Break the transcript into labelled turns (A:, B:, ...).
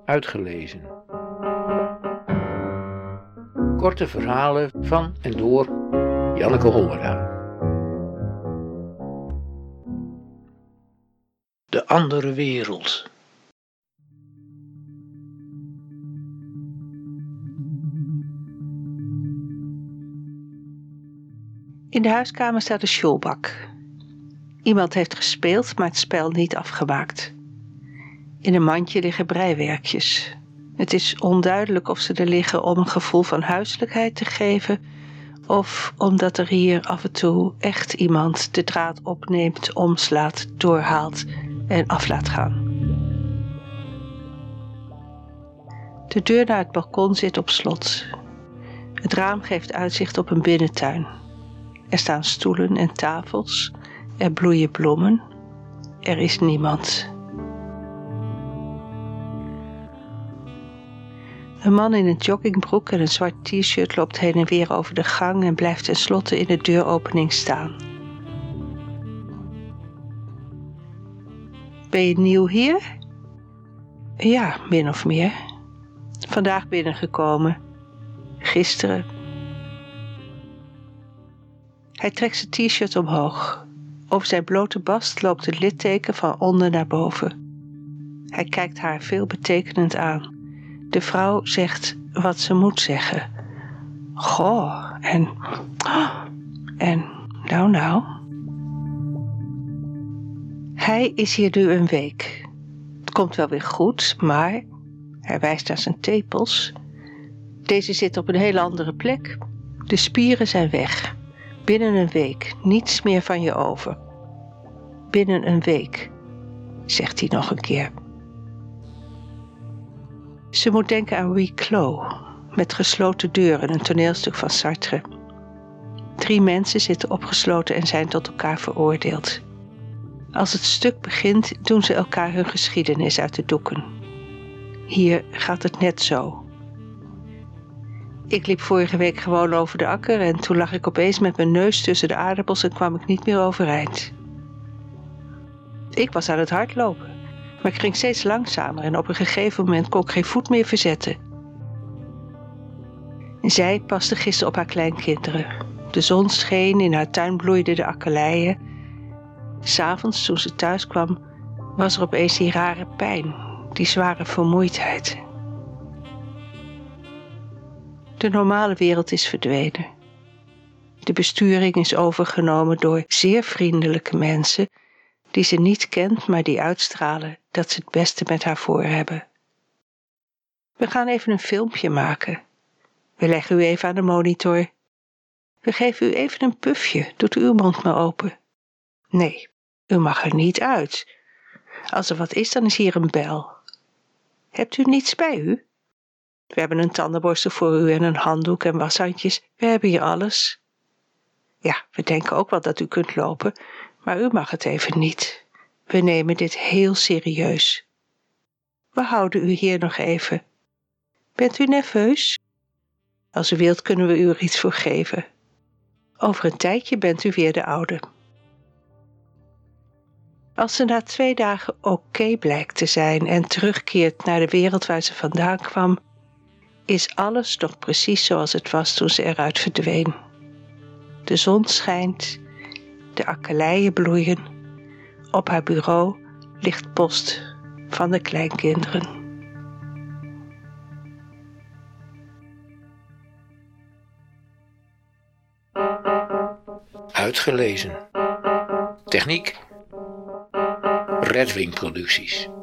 A: Uitgelezen. Korte verhalen van en door Janneke Hollera. De andere wereld.
B: In de huiskamer staat een sjolbak. Iemand heeft gespeeld, maar het spel niet afgemaakt. In een mandje liggen breiwerkjes. Het is onduidelijk of ze er liggen om een gevoel van huiselijkheid te geven, of omdat er hier af en toe echt iemand de draad opneemt, omslaat, doorhaalt en af laat gaan. De deur naar het balkon zit op slot. Het raam geeft uitzicht op een binnentuin. Er staan stoelen en tafels. Er bloeien bloemen. Er is niemand. Een man in een joggingbroek en een zwart t-shirt loopt heen en weer over de gang en blijft tenslotte in de deuropening staan. Ben je nieuw hier? Ja, min of meer. Vandaag binnengekomen. Gisteren. Hij trekt zijn t-shirt omhoog. Over zijn blote bast loopt het litteken van onder naar boven. Hij kijkt haar veelbetekenend aan. De vrouw zegt wat ze moet zeggen. Goh, en nou. Hij is hier nu een week. Het komt wel weer goed, maar, hij wijst naar zijn tepels, deze zit op een hele andere plek. De spieren zijn weg. Binnen een week, niets meer van je over. Binnen een week, zegt hij nog een keer. Ze moet denken aan Huis Clos, met gesloten deuren, een toneelstuk van Sartre. 3 mensen zitten opgesloten en zijn tot elkaar veroordeeld. Als het stuk begint, doen ze elkaar hun geschiedenis uit de doeken. Hier gaat het net zo. Ik liep vorige week gewoon over de akker en toen lag ik opeens met mijn neus tussen de aardappels en kwam ik niet meer overeind. Ik was aan het hardlopen, maar ik ging steeds langzamer en op een gegeven moment kon ik geen voet meer verzetten. Zij paste gisteren op haar kleinkinderen. De zon scheen, in haar tuin bloeiden de akkeleien. 'S Avonds, toen ze thuis kwam, was er opeens die rare pijn, die zware vermoeidheid. De normale wereld is verdwenen. De besturing is overgenomen door zeer vriendelijke mensen die ze niet kent, maar die uitstralen dat ze het beste met haar voor hebben. We gaan even een filmpje maken. We leggen u even aan de monitor. We geven u even een pufje. Doet u uw mond maar open. Nee, u mag er niet uit. Als er wat is, dan is hier een bel. Hebt u niets bij u? We hebben een tandenborstel voor u en een handdoek en washandjes. We hebben hier alles. Ja, we denken ook wel dat u kunt lopen, maar u mag het even niet. We nemen dit heel serieus. We houden u hier nog even. Bent u nerveus? Als u wilt kunnen we u er iets voor geven. Over een tijdje bent u weer de oude. Als ze na 2 dagen oké blijkt te zijn en terugkeert naar de wereld waar ze vandaan kwam, is alles nog precies zoals het was toen ze eruit verdween. De zon schijnt, de akkeleien bloeien, op haar bureau ligt post van de kleinkinderen.
A: Uitgelezen. Techniek. Redwing Producties.